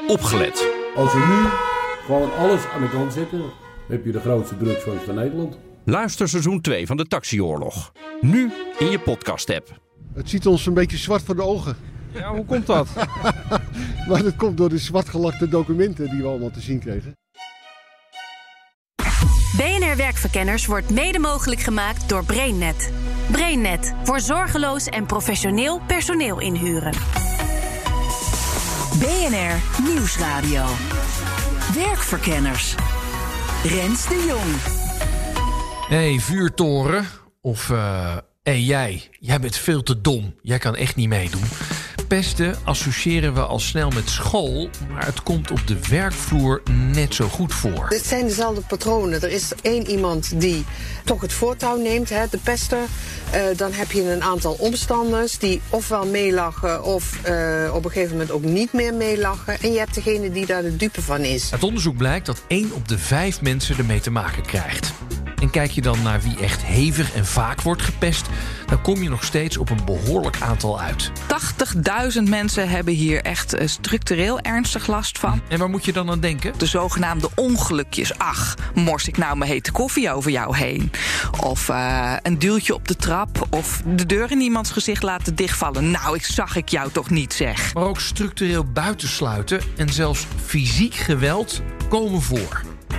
opgelet. Als we nu gewoon alles aan de kant zetten, heb je de grootste drugsfans van Nederland. Luister seizoen 2 van de Taxioorlog. Nu in je podcast-app. Het ziet ons een beetje zwart voor de ogen. Ja, hoe komt dat? Maar dat komt door de zwartgelakte documenten die we allemaal te zien kregen. BNR Werkverkenners wordt mede mogelijk gemaakt door BrainNet. BrainNet, voor zorgeloos en professioneel personeel inhuren. BNR Nieuwsradio. Werkverkenners. Rens de Jong. Hey, vuurtoren. Of, jij bent veel te dom. Jij kan echt niet meedoen. Pesten associëren we al snel met school, maar het komt op de werkvloer net zo goed voor. Het zijn dezelfde patronen. Er is één iemand die toch het voortouw neemt, de pester. Dan heb je een aantal omstanders die ofwel meelachen of op een gegeven moment ook niet meer meelachen. En je hebt degene die daar de dupe van is. Uit onderzoek blijkt dat 1 op de 5 mensen ermee te maken krijgt. En kijk je dan naar wie echt hevig en vaak wordt gepest, dan kom je nog steeds op een behoorlijk aantal uit. 80.000 mensen hebben hier echt structureel ernstig last van. En waar moet je dan aan denken? De zogenaamde ongelukjes. Ach, mors ik nou mijn hete koffie over jou heen? Of een duwtje op de trap. Of de deur in iemands gezicht laten dichtvallen. Nou, zag ik jou toch niet, zeg. Maar ook structureel buitensluiten en zelfs fysiek geweld komen voor.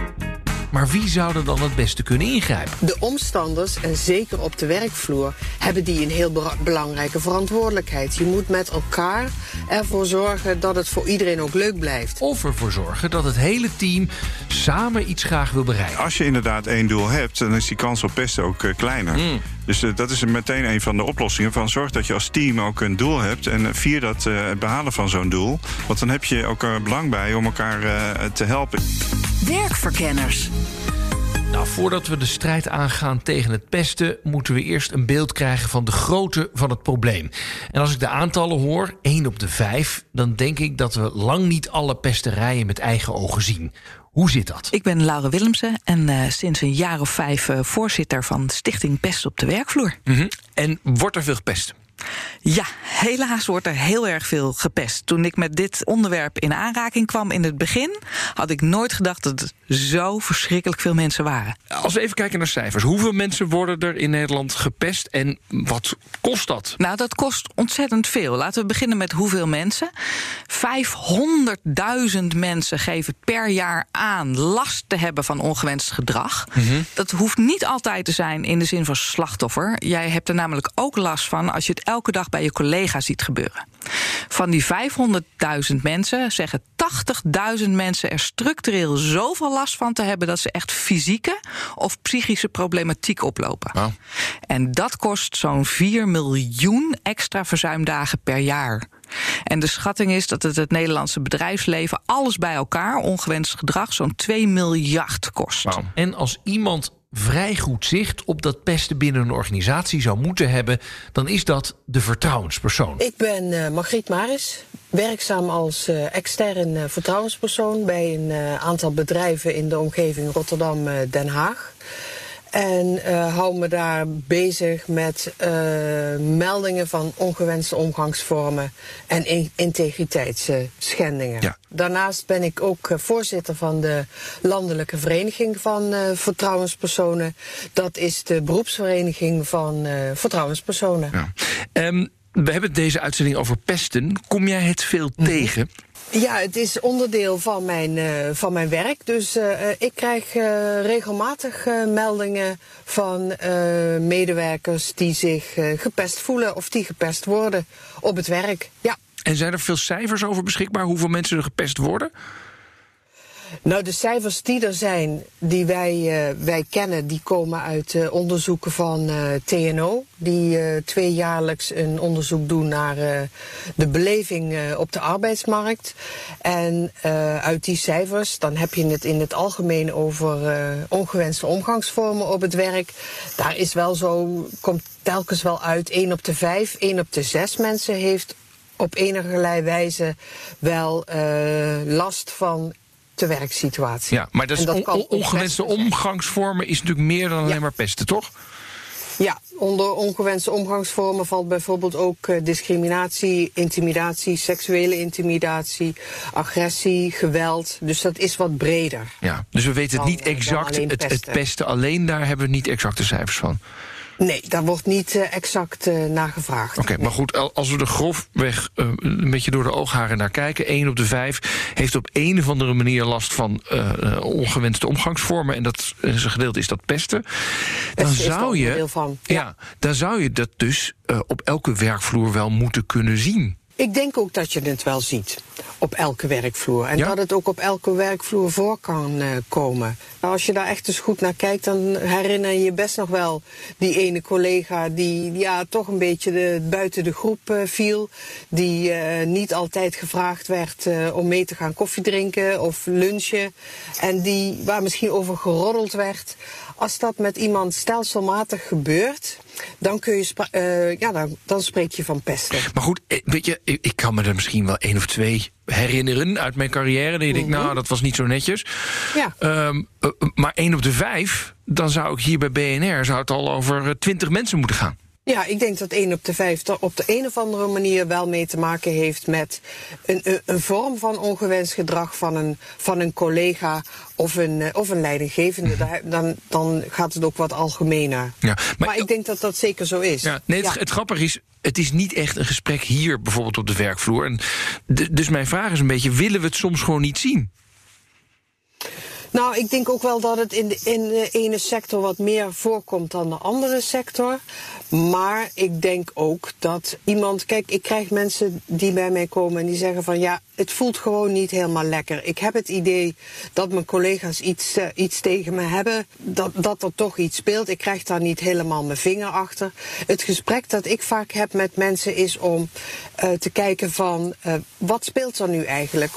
Maar wie zou er dan het beste kunnen ingrijpen? De omstanders, en zeker op de werkvloer, hebben die een heel belangrijke verantwoordelijkheid. Je moet met elkaar ervoor zorgen dat het voor iedereen ook leuk blijft. Of ervoor zorgen dat het hele team samen iets graag wil bereiken. Als je inderdaad één doel hebt, dan is die kans op pesten ook kleiner. Dus dat is meteen een van de oplossingen. Van zorg dat je als team ook een doel hebt en vier dat het behalen van zo'n doel. Want dan heb je ook er belang bij om elkaar te helpen. Werkverkenners. Nou, voordat we de strijd aangaan tegen het pesten, moeten we eerst een beeld krijgen van de grootte van het probleem. En als ik de aantallen hoor, 1 op de 5, dan denk ik dat we lang niet alle pesterijen met eigen ogen zien. Hoe zit dat? Ik ben Laura Willemsen en sinds een jaar of 5 voorzitter van Stichting Pest op de Werkvloer. En wordt er veel gepest? Ja, helaas wordt er heel erg veel gepest. Toen ik met dit onderwerp in aanraking kwam in het begin, had ik nooit gedacht dat het zo verschrikkelijk veel mensen waren. Als we even kijken naar cijfers. Hoeveel mensen worden er in Nederland gepest en wat kost dat? Nou, dat kost ontzettend veel. Laten we beginnen met hoeveel mensen. 500.000 mensen geven per jaar aan last te hebben van ongewenst gedrag. Dat hoeft niet altijd te zijn in de zin van slachtoffer. Jij hebt er namelijk ook last van als je het elke dag bij je collega ziet gebeuren. Van die 500.000 mensen zeggen 80.000 mensen er structureel zoveel last van te hebben dat ze echt fysieke of psychische problematiek oplopen. Wow. En dat kost zo'n 4 miljoen extra verzuimdagen per jaar. En de schatting is dat het Nederlandse bedrijfsleven alles bij elkaar, ongewenst gedrag, zo'n 2 miljard kost. Wow. En als iemand vrij goed zicht op dat pesten binnen een organisatie zou moeten hebben, dan is dat de vertrouwenspersoon. Ik ben Margriet Maris, werkzaam als extern vertrouwenspersoon bij een aantal bedrijven in de omgeving Rotterdam-Den Haag. En hou me daar bezig met meldingen van ongewenste omgangsvormen en integriteitsschendingen. Ja. Daarnaast ben ik ook voorzitter van de Landelijke Vereniging van Vertrouwenspersonen. Dat is de beroepsvereniging van vertrouwenspersonen. Ja. We hebben deze uitzending over pesten. Kom jij het veel tegen? Ja, het is onderdeel van mijn werk. Dus ik krijg regelmatig meldingen van medewerkers die zich gepest voelen of die gepest worden op het werk. Ja. En zijn er veel cijfers over beschikbaar hoeveel mensen er gepest worden? Nou, de cijfers die er zijn, die wij kennen, die komen uit onderzoeken van TNO. Die tweejaarlijks een onderzoek doen naar de beleving op de arbeidsmarkt. En uit die cijfers, dan heb je het in het algemeen over ongewenste omgangsvormen op het werk. Daar is wel zo, komt telkens wel uit, 1 op de 5, 1 op de 6 mensen heeft op enige wijze wel last van de werksituatie. Ja, maar dat ongewenste omgangsvormen is natuurlijk meer dan alleen maar pesten, toch? Ja, onder ongewenste omgangsvormen valt bijvoorbeeld ook discriminatie, intimidatie, seksuele intimidatie, agressie, geweld. Dus dat is wat breder. Ja, dus we weten het niet exact. Het pesten alleen, daar hebben we niet exacte cijfers van. Nee, daar wordt niet exact naar gevraagd. Oké, maar goed, als we er grofweg een beetje door de oogharen naar kijken, 1 op de 5 heeft op een of andere manier last van ongewenste omgangsvormen. En dat een gedeelte is dat pesten. Dan zou je dat dus op elke werkvloer wel moeten kunnen zien. Ik denk ook dat je het wel ziet op elke werkvloer. En dat het ook op elke werkvloer voor kan komen. Als je daar echt eens goed naar kijkt, dan herinner je je best nog wel die ene collega die toch een beetje buiten de groep viel. Die niet altijd gevraagd werd om mee te gaan koffie drinken of lunchen. En waar misschien over geroddeld werd. Als dat met iemand stelselmatig gebeurt, dan kun je dan spreek je van pesten. Maar goed, weet je, ik kan me er misschien wel 1 of 2 herinneren uit mijn carrière. Dat je denkt, nou, dat was niet zo netjes. Ja. Maar 1 op de 5, dan zou ik hier bij BNR zou het al over 20 mensen moeten gaan. Ja, ik denk dat 1 op de 5 op de een of andere manier wel mee te maken heeft met een vorm van ongewenst gedrag van een collega of een leidinggevende. Dan gaat het ook wat algemener. Ja, maar ik denk dat dat zeker zo is. Ja, nee, het grappige is, het is niet echt een gesprek hier bijvoorbeeld op de werkvloer. En dus mijn vraag is een beetje, willen we het soms gewoon niet zien? Nou, ik denk ook wel dat het in de ene sector wat meer voorkomt dan de andere sector. Maar ik denk ook dat kijk, ik krijg mensen die bij mij komen en die zeggen van ja, het voelt gewoon niet helemaal lekker. Ik heb het idee dat mijn collega's iets tegen me hebben, dat er toch iets speelt. Ik krijg daar niet helemaal mijn vinger achter. Het gesprek dat ik vaak heb met mensen is om te kijken van wat speelt er nu eigenlijk?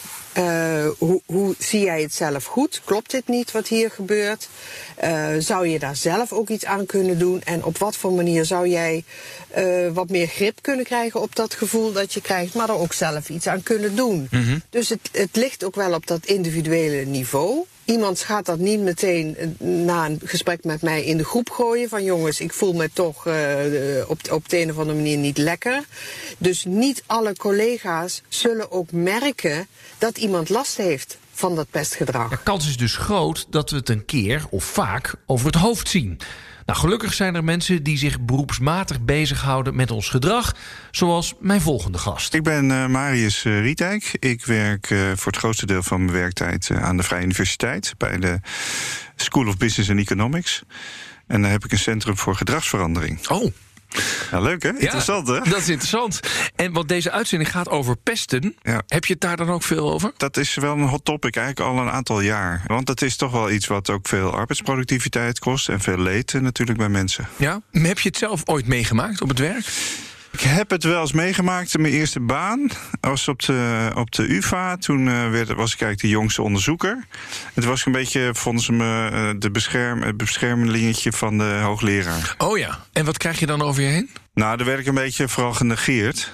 Hoe zie jij het zelf goed? Klopt dit niet wat hier gebeurt? Zou je daar zelf ook iets aan kunnen doen? En op wat voor manier zou jij wat meer grip kunnen krijgen op dat gevoel dat je krijgt, maar er ook zelf iets aan kunnen doen? Mm-hmm. Dus het ligt ook wel op dat individuele niveau. Iemand gaat dat niet meteen na een gesprek met mij in de groep gooien van jongens, ik voel me toch op de een of andere manier niet lekker. Dus niet alle collega's zullen ook merken dat iemand last heeft van dat pestgedrag. De kans is dus groot dat we het een keer of vaak over het hoofd zien. Nou, gelukkig zijn er mensen die zich beroepsmatig bezighouden met ons gedrag, zoals mijn volgende gast. Ik ben Marius Rietijk. Ik werk voor het grootste deel van mijn werktijd aan de Vrije Universiteit bij de School of Business and Economics. En daar heb ik een centrum voor gedragsverandering. Oh. Nou, leuk hè? Interessant hè? Dat is interessant. En want deze uitzending gaat over pesten. Ja. Heb je het daar dan ook veel over? Dat is wel een hot topic eigenlijk al een aantal jaar. Want dat is toch wel iets wat ook veel arbeidsproductiviteit kost en veel leed natuurlijk bij mensen. Ja? Heb je het zelf ooit meegemaakt op het werk? Ik heb het wel eens meegemaakt. Mijn eerste baan was op de UvA. Toen was ik eigenlijk de jongste onderzoeker. Het was een beetje, vonden ze me het beschermelingetje van de hoogleraar. Oh ja, en wat krijg je dan over je heen? Nou, daar werd ik een beetje vooral genegeerd.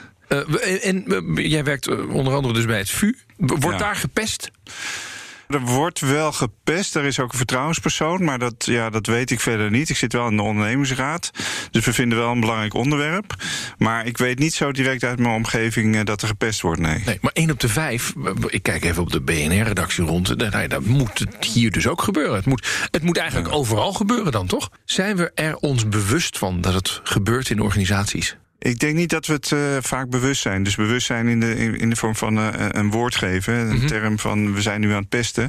Jij werkt onder andere dus bij het VU. Wordt daar gepest? Er wordt wel gepest, er is ook een vertrouwenspersoon, maar dat weet ik verder niet. Ik zit wel in de ondernemingsraad, dus we vinden wel een belangrijk onderwerp. Maar ik weet niet zo direct uit mijn omgeving dat er gepest wordt, nee. Maar 1 op de 5, ik kijk even op de BNR-redactie rond, daar moet het hier dus ook gebeuren. Het moet eigenlijk overal gebeuren dan, toch? Zijn we er ons bewust van dat het gebeurt in organisaties? Ik denk niet dat we het vaak bewust zijn. Dus bewustzijn in de vorm van een woord geven. Een term van we zijn nu aan het pesten.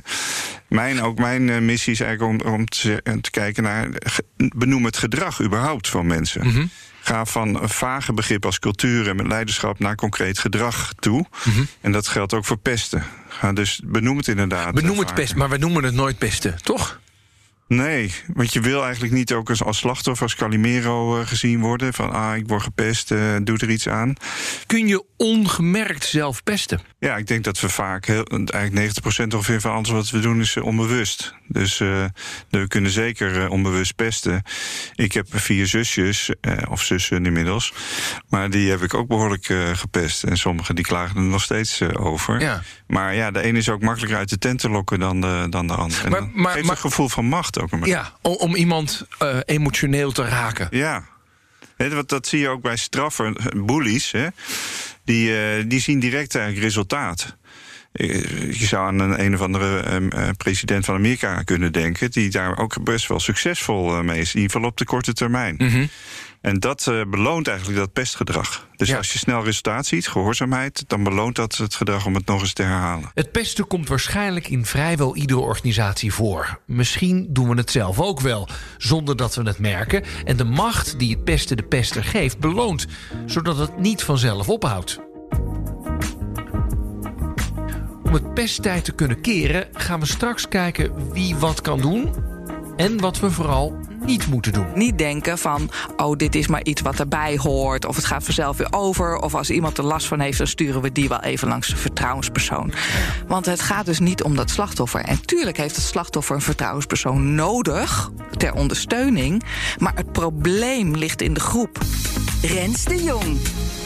Mijn missie is eigenlijk om te kijken naar benoem het gedrag überhaupt van mensen. Mm-hmm. Ga van een vage begrip als cultuur en met leiderschap naar concreet gedrag toe. Mm-hmm. En dat geldt ook voor pesten. Dus benoem het inderdaad. Benoem het pesten, maar we noemen het nooit pesten, toch? Nee, want je wil eigenlijk niet ook als slachtoffer, als Calimero gezien worden. Van, ik word gepest, doe er iets aan. Kun je ongemerkt zelf pesten? Ja, ik denk dat we vaak, eigenlijk 90% ongeveer van alles wat we doen is onbewust. Dus we kunnen zeker onbewust pesten. Ik heb 4 zusjes, of zussen inmiddels. Maar die heb ik ook behoorlijk gepest. En sommigen die klagen er nog steeds over. Ja. Maar ja, de ene is ook makkelijker uit de tent te lokken dan de ander. En maar geeft een gevoel van macht. gedachte ook. Ja, om iemand emotioneel te raken. Ja, dat zie je ook bij straffen, bullies. Hè? Die zien direct eigenlijk resultaat. Je zou aan een of andere president van Amerika kunnen denken, die daar ook best wel succesvol mee is. In ieder geval op de korte termijn. Mm-hmm. En dat beloont eigenlijk dat pestgedrag. Dus als je snel resultaat ziet, gehoorzaamheid, dan beloont dat het gedrag om het nog eens te herhalen. Het pesten komt waarschijnlijk in vrijwel iedere organisatie voor. Misschien doen we het zelf ook wel, zonder dat we het merken. En de macht die het pesten de pester geeft, beloont, zodat het niet vanzelf ophoudt. Om het pesttijd te kunnen keren, gaan we straks kijken wie wat kan doen en wat we vooral niet moeten doen. Niet denken van, dit is maar iets wat erbij hoort, of het gaat vanzelf weer over, of als iemand er last van heeft, dan sturen we die wel even langs een vertrouwenspersoon. Want het gaat dus niet om dat slachtoffer. En tuurlijk heeft het slachtoffer een vertrouwenspersoon nodig ter ondersteuning, maar het probleem ligt in de groep. Rens de Jong.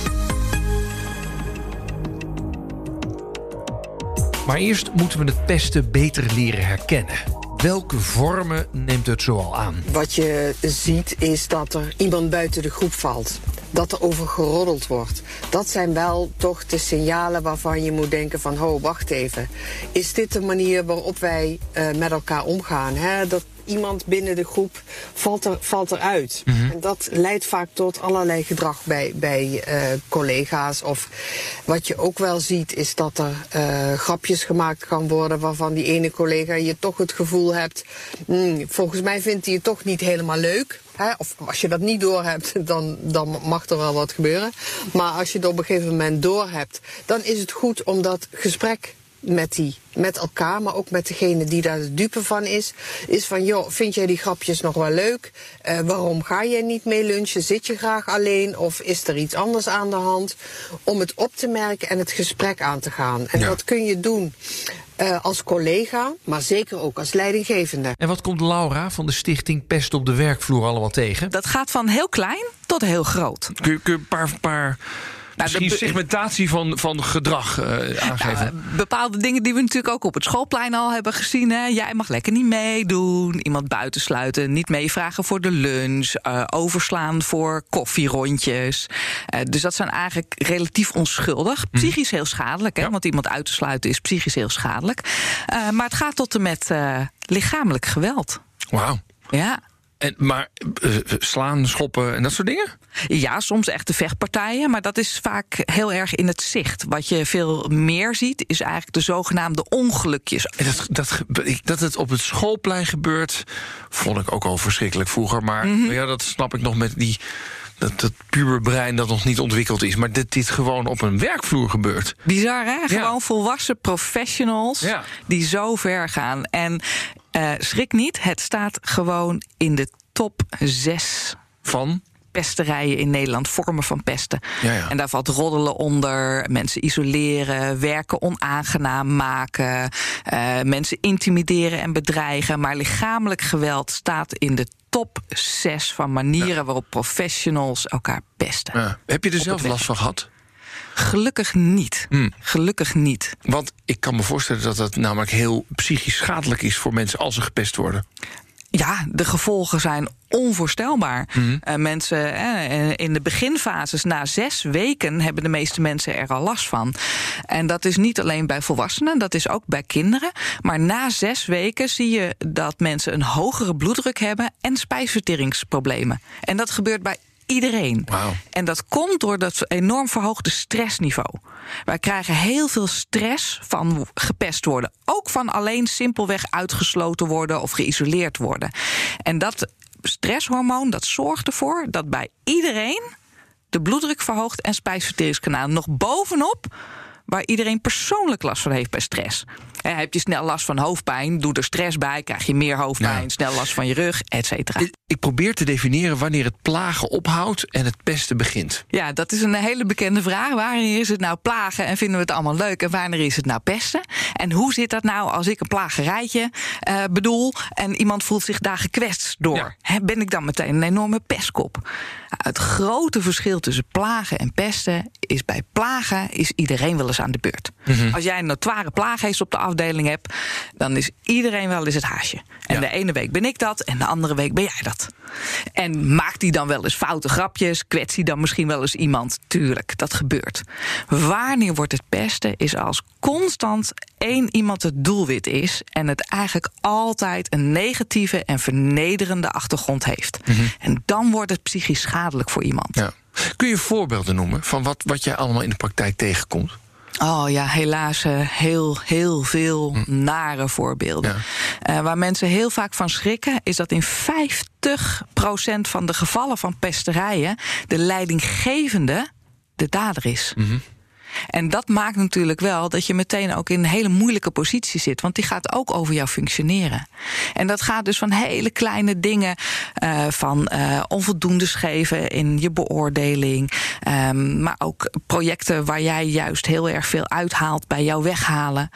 Maar eerst moeten we het pesten beter leren herkennen. Welke vormen neemt het zoal aan? Wat je ziet is dat er iemand buiten de groep valt. Dat er over geroddeld wordt. Dat zijn wel toch de signalen waarvan je moet denken van, wacht even. Is dit de manier waarop wij met elkaar omgaan? Hè? Dat iemand binnen de groep valt eruit. Mm-hmm. En dat leidt vaak tot allerlei gedrag bij collega's. Of wat je ook wel ziet is dat er grapjes gemaakt kan worden waarvan die ene collega je toch het gevoel hebt, volgens mij vindt hij het toch niet helemaal leuk. Hè? Of als je dat niet doorhebt, dan mag er wel wat gebeuren. Maar als je het op een gegeven moment doorhebt, dan is het goed om dat gesprek met elkaar, maar ook met degene die daar de dupe van is van, vind jij die grapjes nog wel leuk? Waarom ga jij niet mee lunchen? Zit je graag alleen? Of is er iets anders aan de hand? Om het op te merken en het gesprek aan te gaan. En dat kun je doen als collega, maar zeker ook als leidinggevende. En wat komt Laura van de stichting Pest op de Werkvloer allemaal tegen? Dat gaat van heel klein tot heel groot. Kun je een paar misschien segmentatie van gedrag aangeven? Bepaalde dingen die we natuurlijk ook op het schoolplein al hebben gezien. Hè. Jij mag lekker niet meedoen. Iemand buitensluiten. Niet meevragen voor de lunch. Overslaan voor koffierondjes. Dus dat zijn eigenlijk relatief onschuldig. Psychisch heel schadelijk. Hè, want iemand uit te sluiten is psychisch heel schadelijk. Maar het gaat tot en met lichamelijk geweld. Wauw. Ja. Maar slaan, schoppen en dat soort dingen? Ja, soms echte vechtpartijen, maar dat is vaak heel erg in het zicht. Wat je veel meer ziet, is eigenlijk de zogenaamde ongelukjes. Dat het op het schoolplein gebeurt, vond ik ook al verschrikkelijk vroeger. Maar dat snap ik nog met dat puberbrein dat nog niet ontwikkeld is. Maar dit gewoon op een werkvloer gebeurt. Bizar, hè? Gewoon volwassen professionals die zo ver gaan. En schrik niet, het staat gewoon in de top 6 van pesterijen in Nederland, vormen van pesten. Ja. En daar valt roddelen onder, mensen isoleren, werken onaangenaam maken, mensen intimideren en bedreigen. Maar lichamelijk geweld staat in de top 6 van manieren waarop professionals elkaar pesten. Ja. Heb je er zelf last van gehad? Gelukkig niet. Gelukkig niet. Want ik kan me voorstellen dat het namelijk heel psychisch schadelijk is voor mensen als ze gepest worden. Ja, de gevolgen zijn onvoorstelbaar. Mensen in de beginfases, na 6 weken, hebben de meeste mensen er al last van. En dat is niet alleen bij volwassenen, dat is ook bij kinderen. Maar na 6 weken zie je dat mensen een hogere bloeddruk hebben en spijsverteringsproblemen. En dat gebeurt bij iedereen. Wow. En dat komt door dat enorm verhoogde stressniveau. Wij krijgen heel veel stress van gepest worden. Ook van alleen simpelweg uitgesloten worden of geïsoleerd worden. En dat stresshormoon, dat zorgt ervoor dat bij iedereen de bloeddruk verhoogt en spijsverteringskanaal. Nog bovenop waar iedereen persoonlijk last van heeft bij stress. Heb je snel last van hoofdpijn, doe er stress bij, krijg je meer hoofdpijn, snel last van je rug, et cetera. Ik probeer te definiëren wanneer het plagen ophoudt en het pesten begint. Ja, dat is een hele bekende vraag. Wanneer is het nou plagen en vinden we het allemaal leuk en wanneer is het nou pesten? En hoe zit dat nou als ik een plagerijtje bedoel en iemand voelt zich daar gekwetst door? Ja. Ben ik dan meteen een enorme pestkop? Het grote verschil tussen plagen en pesten is bij plagen is iedereen wel eens eens aan de beurt. Mm-hmm. Als jij een notoire plaaggeest op de afdeling hebt, dan is iedereen wel eens het haasje. En de ene week ben ik dat en de andere week ben jij dat. En maakt die dan wel eens foute grapjes? Kwetst die dan misschien wel eens iemand? Tuurlijk, dat gebeurt. Wanneer wordt het pesten? Is als constant één iemand het doelwit is en het eigenlijk altijd een negatieve en vernederende achtergrond heeft. Mm-hmm. En dan wordt het psychisch schadelijk voor iemand. Ja. Kun je voorbeelden noemen van wat jij allemaal in de praktijk tegenkomt? Oh ja, helaas heel veel nare voorbeelden. Ja. Waar mensen heel vaak van schrikken, is dat in 50% van de gevallen van pesterijen de leidinggevende de dader is. Mm-hmm. En dat maakt natuurlijk wel dat je meteen ook in een hele moeilijke positie zit. Want die gaat ook over jouw functioneren. En dat gaat dus van hele kleine dingen. Van onvoldoendes geven in je beoordeling. Maar ook projecten waar jij juist heel erg veel uithaalt bij jouw weghalen.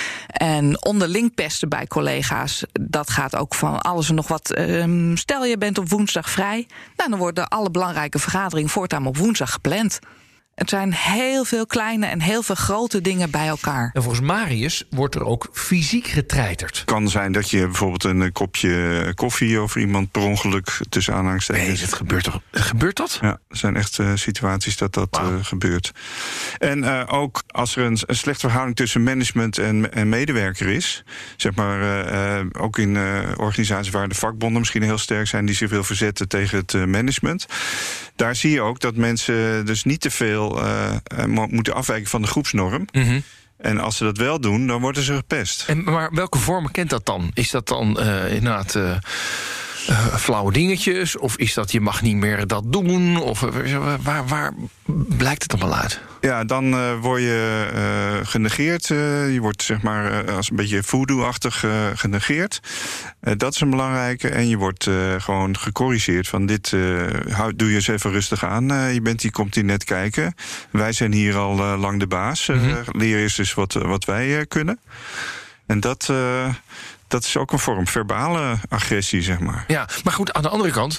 En onderling pesten bij collega's, dat gaat ook van alles en nog wat. Stel je bent op woensdag vrij. Nou, dan worden alle belangrijke vergaderingen voortaan op woensdag gepland. Het zijn heel veel kleine en heel veel grote dingen bij elkaar. En volgens Marius wordt er ook fysiek getreiterd. Het kan zijn dat je bijvoorbeeld een kopje koffie over iemand per ongeluk tussen aanhalingstekens. Nee, dat gebeurt toch? Gebeurt dat? Ja, er zijn echt situaties dat gebeurt. En ook als er een slechte verhouding tussen management en medewerker is, zeg maar ook in organisaties waar de vakbonden misschien heel sterk zijn, die zich wil verzetten tegen het management. Daar zie je ook dat mensen dus niet te veel moeten afwijken van de groepsnorm. Mm-hmm. En als ze dat wel doen, dan worden ze gepest. Maar welke vormen kent dat dan? Is dat dan inderdaad flauwe dingetjes? Of is dat je mag niet meer dat doen? Of waar blijkt het allemaal uit? Ja, dan word je genegeerd. Je wordt zeg maar als een beetje voodoo-achtig genegeerd. Dat is een belangrijke. En je wordt gewoon gecorrigeerd van dit doe je eens even rustig aan. Je komt hier net kijken. Wij zijn hier al lang de baas. Leer eens dus wat wij kunnen. En dat is ook een vorm verbale agressie, zeg maar. Ja, maar goed, aan de andere kant,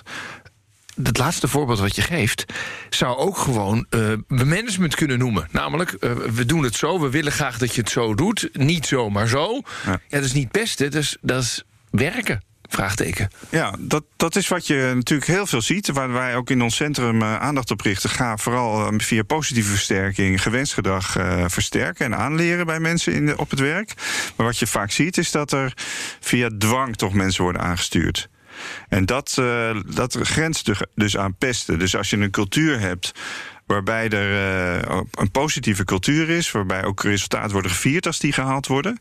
het laatste voorbeeld wat je geeft zou ook gewoon management kunnen noemen. Namelijk, we doen het zo, we willen graag dat je het zo doet. Niet zo, maar zo. Ja, dat is niet pesten, dat is werken. Vraagteken. Ja, dat is wat je natuurlijk heel veel ziet. Waar wij ook in ons centrum aandacht op richten. Ga vooral via positieve versterking gewenst gedrag versterken en aanleren bij mensen op het werk. Maar wat je vaak ziet is dat er via dwang toch mensen worden aangestuurd. En dat grenst dus aan pesten. Dus als je een cultuur hebt waarbij er een positieve cultuur is, waarbij ook resultaten worden gevierd als die gehaald worden,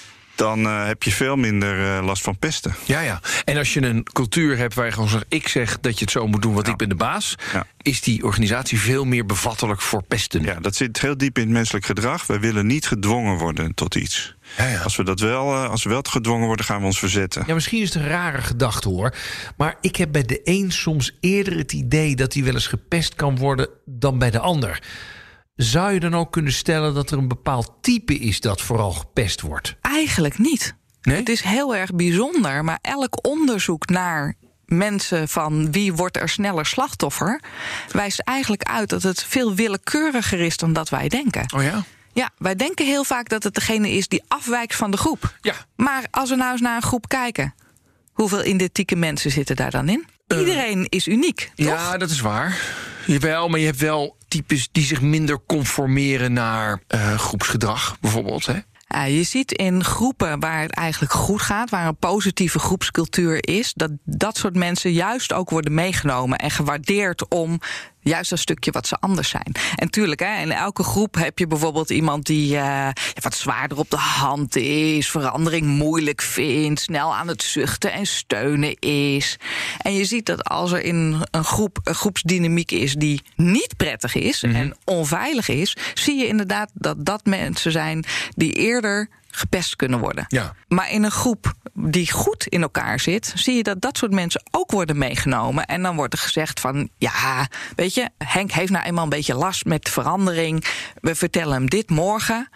dan heb je veel minder last van pesten. Ja. En als je een cultuur hebt waar je gewoon zegt, ik zeg dat je het zo moet doen, want ik ben de baas, is die organisatie veel meer bevattelijk voor pesten. Ja, dat zit heel diep in het menselijk gedrag. Wij willen niet gedwongen worden tot iets. Ja. Als we wel gedwongen worden, gaan we ons verzetten. Ja, misschien is het een rare gedachte, hoor. Maar ik heb bij de een soms eerder het idee dat hij wel eens gepest kan worden dan bij de ander. Zou je dan ook kunnen stellen dat er een bepaald type is dat vooral gepest wordt? Eigenlijk niet. Nee? Het is heel erg bijzonder, maar elk onderzoek naar mensen van wie wordt er sneller slachtoffer wijst eigenlijk uit dat het veel willekeuriger is dan dat wij denken. Oh ja? Ja, wij denken heel vaak dat het degene is die afwijkt van de groep. Ja. Maar als we nou eens naar een groep kijken, hoeveel identieke mensen zitten daar dan in? Iedereen is uniek, toch? Ja, dat is waar. Jawel, maar je hebt wel types die zich minder conformeren naar groepsgedrag, bijvoorbeeld, hè? Je ziet in groepen waar het eigenlijk goed gaat, waar een positieve groepscultuur is, dat soort mensen juist ook worden meegenomen en gewaardeerd om juist een stukje wat ze anders zijn. En tuurlijk, in elke groep heb je bijvoorbeeld iemand die wat zwaarder op de hand is, verandering moeilijk vindt, snel aan het zuchten en steunen is. En je ziet dat als er in een groepsdynamiek is die niet prettig is en onveilig is, zie je inderdaad dat mensen zijn die eerder gepest kunnen worden. Ja. Maar in een groep die goed in elkaar zit, zie je dat soort mensen ook worden meegenomen. En dan wordt er gezegd van, ja, weet je, Henk heeft nou eenmaal een beetje last met verandering. We vertellen hem dit morgen.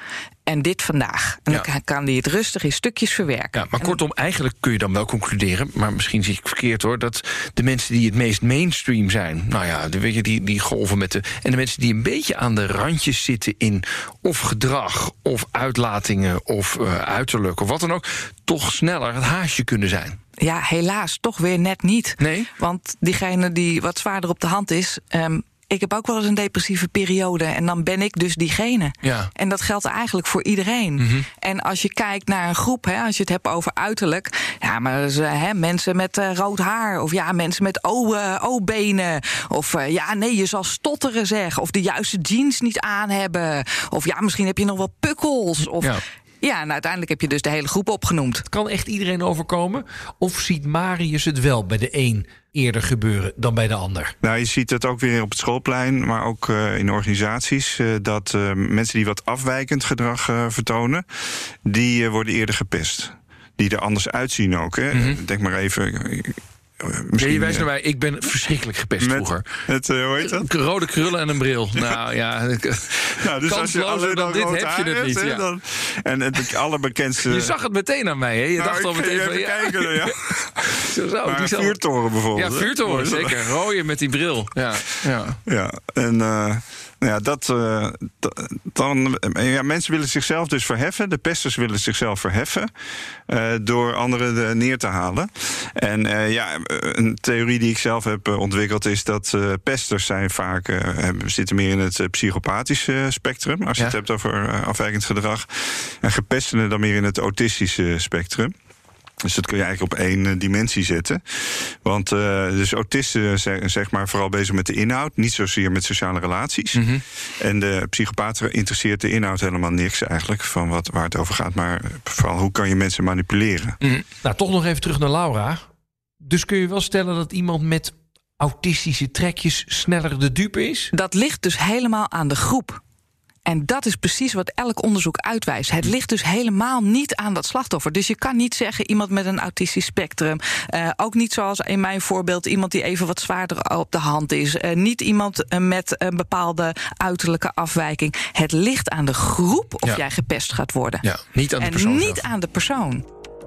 En dit vandaag. En dan kan hij het rustig in stukjes verwerken. Ja, maar kortom, eigenlijk kun je dan wel concluderen, maar misschien zie ik verkeerd hoor, dat de mensen die het meest mainstream zijn, nou ja, weet je, die golven met en de mensen die een beetje aan de randjes zitten in of gedrag, of uitlatingen, of uiterlijk, of wat dan ook, toch sneller het haasje kunnen zijn. Ja, helaas, toch weer net niet. Nee? Want diegene die wat zwaarder op de hand is, ik heb ook wel eens een depressieve periode en dan ben ik dus diegene. Ja. En dat geldt eigenlijk voor iedereen. Mm-hmm. En als je kijkt naar een groep, als je het hebt over uiterlijk, ja, maar mensen met rood haar, of ja, mensen met O-benen, of je zal stotteren zeg, of de juiste jeans niet aan hebben, of ja, misschien heb je nog wel pukkels, of ja, en uiteindelijk heb je dus de hele groep opgenoemd. Het kan echt iedereen overkomen? Of ziet Marius het wel bij de een eerder gebeuren dan bij de ander? Nou, je ziet het ook weer op het schoolplein, maar ook in organisaties, dat mensen die wat afwijkend gedrag vertonen, die worden eerder gepest. Die er anders uitzien ook. Hè. Mm-hmm. Denk maar even. Je wijst naar mij, ik ben verschrikkelijk gepest vroeger. Hoe heet dat? Rode krullen en een bril. Nou ja, dus als je alleen dan dit heb je het niet. Hè, dan, en het allerbekendste. Je zag het meteen aan mij, hè? Je dacht al meteen van kijken, ja. Zo, vuurtoren bijvoorbeeld. Ja, vuurtoren, zeker. Rode met die bril. Ja. En mensen willen zichzelf dus verheffen. De pesters willen zichzelf verheffen door anderen neer te halen. En een theorie die ik zelf heb ontwikkeld is dat pesters zijn vaak zitten meer in het psychopathische spectrum, als je het hebt over afwijkend gedrag, en gepestenen dan meer in het autistische spectrum. Dus dat kun je eigenlijk op één dimensie zetten. Want dus autisten zijn zeg maar vooral bezig met de inhoud, niet zozeer met sociale relaties. Mm-hmm. En de psychopaten interesseert de inhoud helemaal niks eigenlijk van waar het over gaat, maar vooral hoe kan je mensen manipuleren. Mm-hmm. Nou, toch nog even terug naar Laura. Dus kun je wel stellen dat iemand met autistische trekjes sneller de dupe is? Dat ligt dus helemaal aan de groep. En dat is precies wat elk onderzoek uitwijst. Het ligt dus helemaal niet aan dat slachtoffer. Dus je kan niet zeggen iemand met een autistisch spectrum. Ook niet zoals in mijn voorbeeld iemand die even wat zwaarder op de hand is. Niet iemand met een bepaalde uiterlijke afwijking. Het ligt aan de groep of jij gepest gaat worden. Ja, niet aan de persoon. En niet aan de persoon.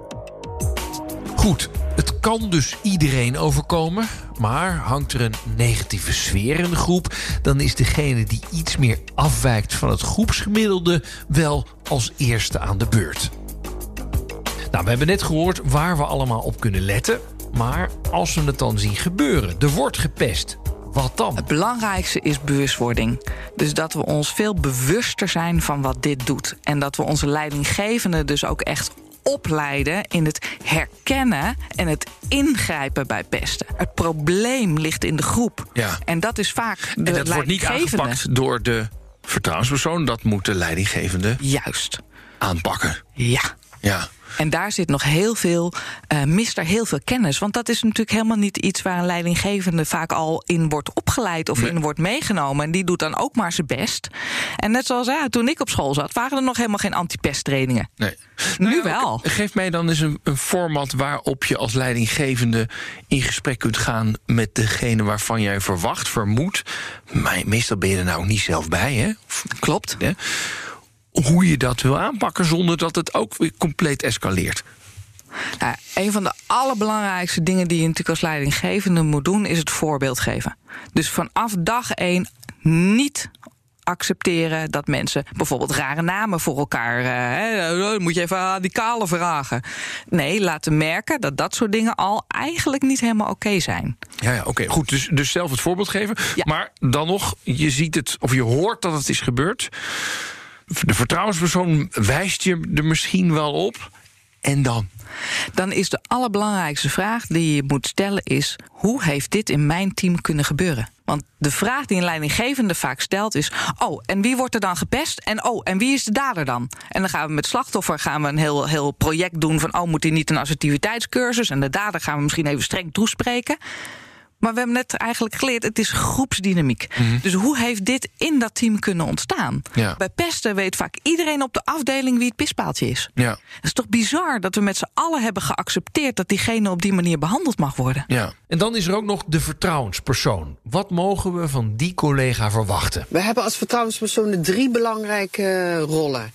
Goed, het kan dus iedereen overkomen. Maar hangt er een negatieve sfeer in de groep, dan is degene die iets meer afwijkt van het groepsgemiddelde wel als eerste aan de beurt. Nou, we hebben net gehoord waar we allemaal op kunnen letten. Maar als we het dan zien gebeuren, er wordt gepest, wat dan? Het belangrijkste is bewustwording. Dus dat we ons veel bewuster zijn van wat dit doet. En dat we onze leidinggevenden dus ook echt opleiden in het herkennen en het ingrijpen bij pesten. Het probleem ligt in de groep. Ja. En dat is vaak de leidinggevende. En dat wordt niet aangepakt door de vertrouwenspersoon. Dat moet de leidinggevende juist aanpakken. Ja. En daar zit nog heel veel, mist er heel veel kennis. Want dat is natuurlijk helemaal niet iets waar een leidinggevende vaak al in wordt opgeleid of in wordt meegenomen. En die doet dan ook maar zijn best. En net zoals toen ik op school zat, waren er nog helemaal geen antipesttrainingen. Nee. Nu wel. Geef mij dan eens een format waarop je als leidinggevende in gesprek kunt gaan met degene waarvan jij vermoedt. Maar meestal ben je er nou niet zelf bij, hè? Klopt. Hè? Hoe je dat wil aanpakken zonder dat het ook weer compleet escaleert. Nou, een van de allerbelangrijkste dingen die je natuurlijk als leidinggevende moet doen, is het voorbeeld geven. Dus vanaf dag 1 niet accepteren dat mensen bijvoorbeeld rare namen voor elkaar. Moet je even aan die kale vragen. Nee, laten merken dat dat soort dingen al eigenlijk niet helemaal oké zijn. Ja, oké. Goed. Dus zelf het voorbeeld geven. Ja. Maar dan nog, je ziet het of je hoort dat het is gebeurd. De vertrouwenspersoon wijst je er misschien wel op. En dan? Dan is de allerbelangrijkste vraag die je moet stellen is: hoe heeft dit in mijn team kunnen gebeuren? Want de vraag die een leidinggevende vaak stelt is: en wie wordt er dan gepest? En wie is de dader dan? En dan gaan we met slachtoffer een heel project doen van moet hij niet een assertiviteitscursus? En de dader gaan we misschien even streng toespreken. Maar we hebben net eigenlijk geleerd, het is groepsdynamiek. Mm-hmm. Dus hoe heeft dit in dat team kunnen ontstaan? Ja. Bij pesten weet vaak iedereen op de afdeling wie het pispaaltje is. Ja. Het is toch bizar dat we met z'n allen hebben geaccepteerd dat diegene op die manier behandeld mag worden. Ja. En dan is er ook nog de vertrouwenspersoon. Wat mogen we van die collega verwachten? We hebben als vertrouwenspersonen 3 belangrijke rollen.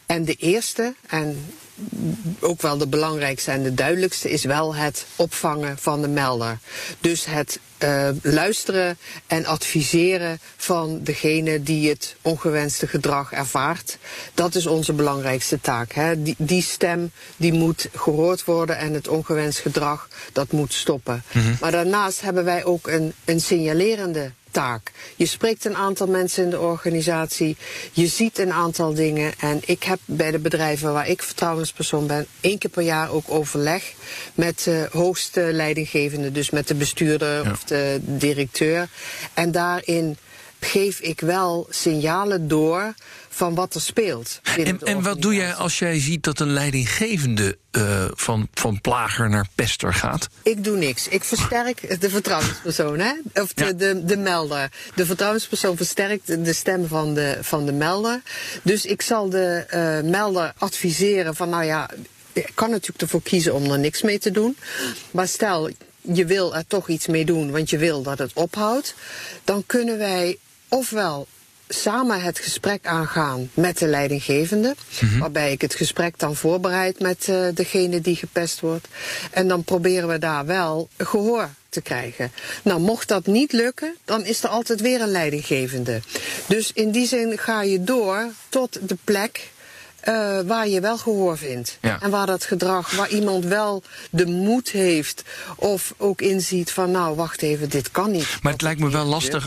En de eerste, en ook wel de belangrijkste en de duidelijkste, is wel het opvangen van de melder. Dus het luisteren en adviseren van degene die het ongewenste gedrag ervaart. Dat is onze belangrijkste taak. Hè. Die stem die moet gehoord worden en het ongewenst gedrag, dat moet stoppen. Maar daarnaast hebben wij ook een signalerende taak. Je spreekt een aantal mensen in de organisatie, je ziet een aantal dingen en ik heb bij de bedrijven waar ik vertrouwenspersoon ben 1 keer per jaar ook overleg met de hoogste leidinggevende, dus met de bestuurder of de directeur. En daarin geef ik wel signalen door van wat er speelt. En wat doe jij als jij ziet dat een leidinggevende van plager naar pester gaat? Ik doe niks. Ik versterk de vertrouwenspersoon, hè? Of de melder. De vertrouwenspersoon versterkt de stem van de melder. Dus ik zal de melder adviseren van, nou ja, ik kan natuurlijk ervoor kiezen om er niks mee te doen. Maar stel, je wil er toch iets mee doen, want je wil dat het ophoudt. Dan kunnen wij ofwel samen het gesprek aangaan met de leidinggevende, waarbij ik het gesprek dan voorbereid met degene die gepest wordt. En dan proberen we daar wel gehoor te krijgen. Nou, mocht dat niet lukken, dan is er altijd weer een leidinggevende. Dus in die zin ga je door tot de plek waar je wel gehoor vindt. Ja. En waar dat gedrag, waar iemand wel de moed heeft of ook inziet van, nou, wacht even, dit kan niet. Maar het lijkt me wel lastig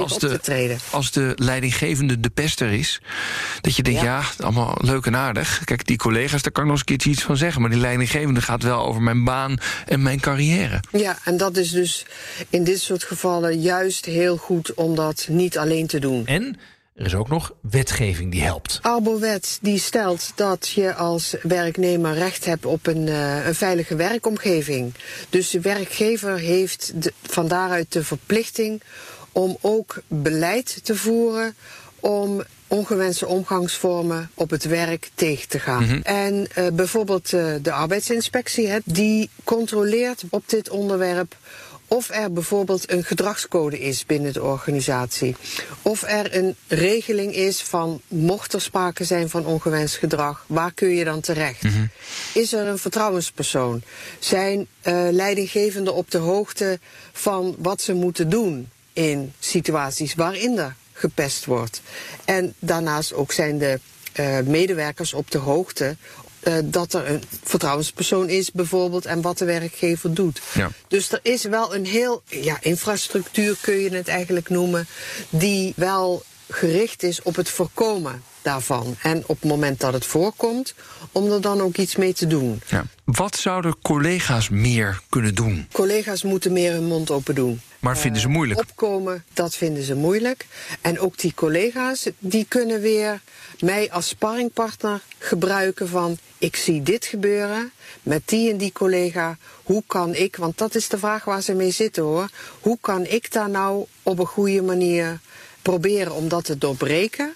als de leidinggevende de pester is. Dat je denkt, ja, allemaal leuk en aardig. Kijk, die collega's, daar kan ik nog eens een keertje iets van zeggen. Maar die leidinggevende gaat wel over mijn baan en mijn carrière. Ja, en dat is dus in dit soort gevallen juist heel goed om dat niet alleen te doen. En er is ook nog wetgeving die helpt. Arbowet die stelt dat je als werknemer recht hebt op een veilige werkomgeving. Dus de werkgever heeft van daaruit de verplichting om ook beleid te voeren om ongewenste omgangsvormen op het werk tegen te gaan. En bijvoorbeeld de arbeidsinspectie, die controleert op dit onderwerp of er bijvoorbeeld een gedragscode is binnen de organisatie. Of er een regeling is van, mocht er sprake zijn van ongewenst gedrag, waar kun je dan terecht? Is er een vertrouwenspersoon? Zijn leidinggevenden op de hoogte van wat ze moeten doen in situaties waarin er gepest wordt? En daarnaast ook zijn de medewerkers op de hoogte dat er een vertrouwenspersoon is bijvoorbeeld en wat de werkgever doet. Ja. Dus er is wel een heel infrastructuur, kun je het eigenlijk noemen, die wel gericht is op het voorkomen daarvan. En op het moment dat het voorkomt, om er dan ook iets mee te doen. Ja. Wat zouden collega's meer kunnen doen? Collega's moeten meer hun mond open doen. Maar vinden ze moeilijk? Opkomen, dat vinden ze moeilijk. En ook die collega's, die kunnen weer mij als sparringpartner gebruiken van, ik zie dit gebeuren met die en die collega. Hoe kan ik, want dat is de vraag waar ze mee zitten hoor. Hoe kan ik daar nou op een goede manier proberen om dat te doorbreken?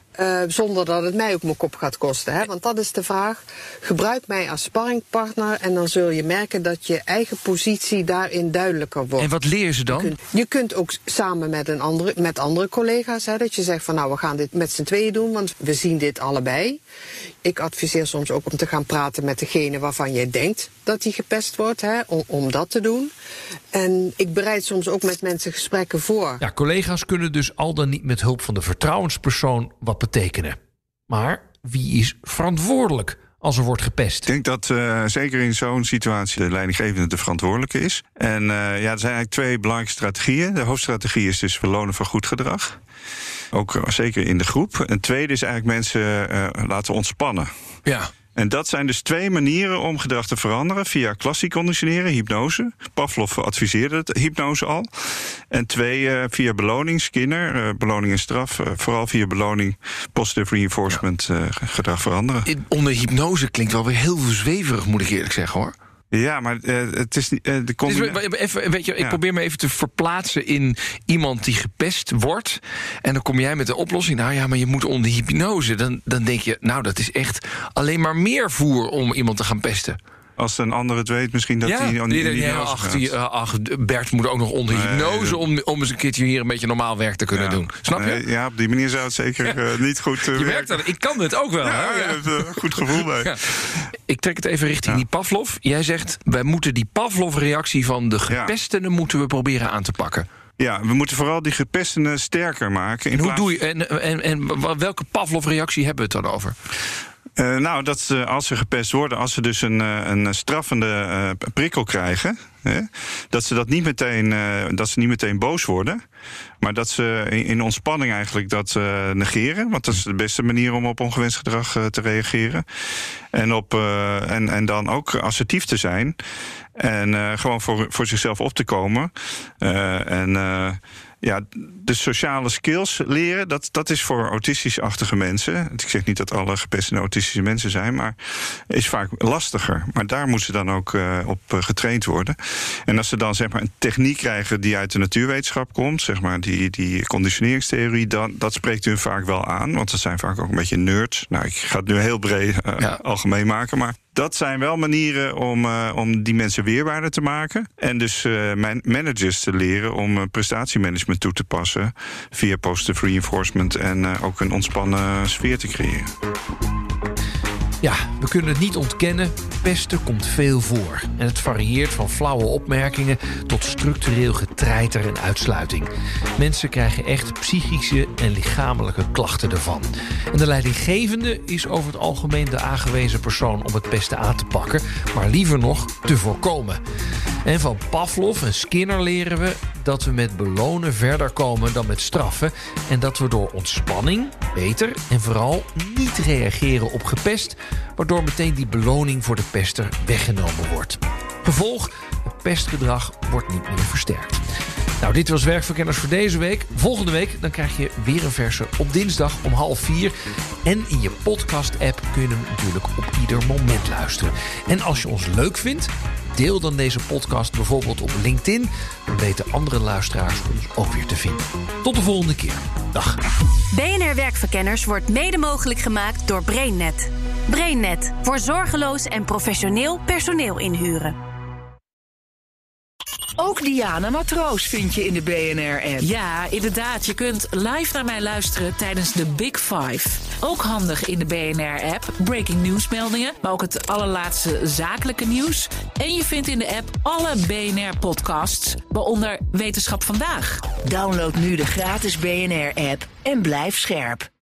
Zonder dat het mij ook mijn kop gaat kosten. Hè? Want dat is de vraag. Gebruik mij als sparringpartner en dan zul je merken dat je eigen positie daarin duidelijker wordt. En wat leer ze dan? Je kunt ook samen met andere collega's, dat je zegt van, nou, we gaan dit met z'n tweeën doen, want we zien dit allebei. Ik adviseer soms ook om te gaan praten met degene waarvan jij denkt dat die gepest wordt, om dat te doen. En ik bereid soms ook met mensen gesprekken voor. Ja, collega's kunnen dus al dan niet met hulp van de vertrouwenspersoon wat betekenen. Maar wie is verantwoordelijk als er wordt gepest? Ik denk dat zeker in zo'n situatie de leidinggevende de verantwoordelijke is. En er zijn eigenlijk 2 belangrijke strategieën. De hoofdstrategie is dus belonen voor goed gedrag. Ook zeker in de groep. En tweede is eigenlijk mensen laten ontspannen. Ja. En dat zijn dus 2 manieren om gedrag te veranderen. Via klassiek conditioneren, hypnose. Pavlov adviseerde het hypnose al. En 2, via beloning, Skinner, beloning en straf. Vooral via beloning, positive reinforcement, gedrag veranderen. Onder hypnose klinkt wel weer heel zweverig, moet ik eerlijk zeggen hoor. Ja, maar het is niet de combinatie. Ik probeer me even te verplaatsen in iemand die gepest wordt. En dan kom jij met de oplossing. Nou ja, maar je moet onder hypnose. Dan denk je, nou, dat is echt alleen maar meer voer om iemand te gaan pesten. Als een ander het weet, misschien dat hij aan die hypnose Bert moet ook nog onder hypnose om eens een keertje hier een beetje normaal werk te kunnen doen. Snap je? Ja, op die manier zou het zeker niet goed je merkt dat, ik kan het ook wel. Ja, je hebt er een goed gevoel bij. Ja. Ik trek het even richting die Pavlov. Jij zegt, wij moeten die Pavlov-reactie van de gepestenen moeten we proberen aan te pakken. Ja, we moeten vooral die gepestenen sterker maken. En hoe doe je? En welke Pavlov-reactie hebben we het dan over? Dat ze, als ze gepest worden, als ze dus een straffende prikkel krijgen, dat ze niet meteen boos worden, maar dat ze in ontspanning eigenlijk dat negeren. Want dat is de beste manier om op ongewenst gedrag te reageren. En dan ook assertief te zijn. En gewoon voor zichzelf op te komen. De sociale skills leren, dat is voor autistisch-achtige mensen. Ik zeg niet dat alle gepestenen autistische mensen zijn, maar is vaak lastiger. Maar daar moeten ze dan ook op getraind worden. En als ze dan zeg maar een techniek krijgen die uit de natuurwetenschap komt, zeg maar die conditioneringstheorie, dat spreekt hun vaak wel aan. Want dat zijn vaak ook een beetje nerds. Nou, ik ga het nu heel breed algemeen maken, maar dat zijn wel manieren om die mensen weerbaarder te maken. En dus managers te leren om prestatiemanagement toe te passen via positive reinforcement en ook een ontspannen sfeer te creëren. Ja, we kunnen het niet ontkennen. Pesten komt veel voor. En het varieert van flauwe opmerkingen tot structureel getreiter en uitsluiting. Mensen krijgen echt psychische en lichamelijke klachten ervan. En de leidinggevende is over het algemeen de aangewezen persoon om het pesten aan te pakken, maar liever nog te voorkomen. En van Pavlov en Skinner leren we dat we met belonen verder komen dan met straffen. En dat we door ontspanning beter en vooral niet reageren op gepest, waardoor meteen die beloning voor de pester weggenomen wordt. Gevolg, het pestgedrag wordt niet meer versterkt. Nou, dit was Werkverkenners voor deze week. Volgende week dan krijg je weer een verse op dinsdag om 3:30. En in je podcast-app kun je hem natuurlijk op ieder moment luisteren. En als je ons leuk vindt, deel dan deze podcast bijvoorbeeld op LinkedIn. Dan weten andere luisteraars ons ook weer te vinden. Tot de volgende keer. Dag. BNR Werkverkenners wordt mede mogelijk gemaakt door BrainNet. BrainNet, voor zorgeloos en professioneel personeel inhuren. Ook Diana Matroos vind je in de BNR-app. Ja, inderdaad. Je kunt live naar mij luisteren tijdens de Big Five. Ook handig in de BNR-app. Breaking nieuwsmeldingen, maar ook het allerlaatste zakelijke nieuws. En je vindt in de app alle BNR-podcasts, waaronder Wetenschap Vandaag. Download nu de gratis BNR-app en blijf scherp.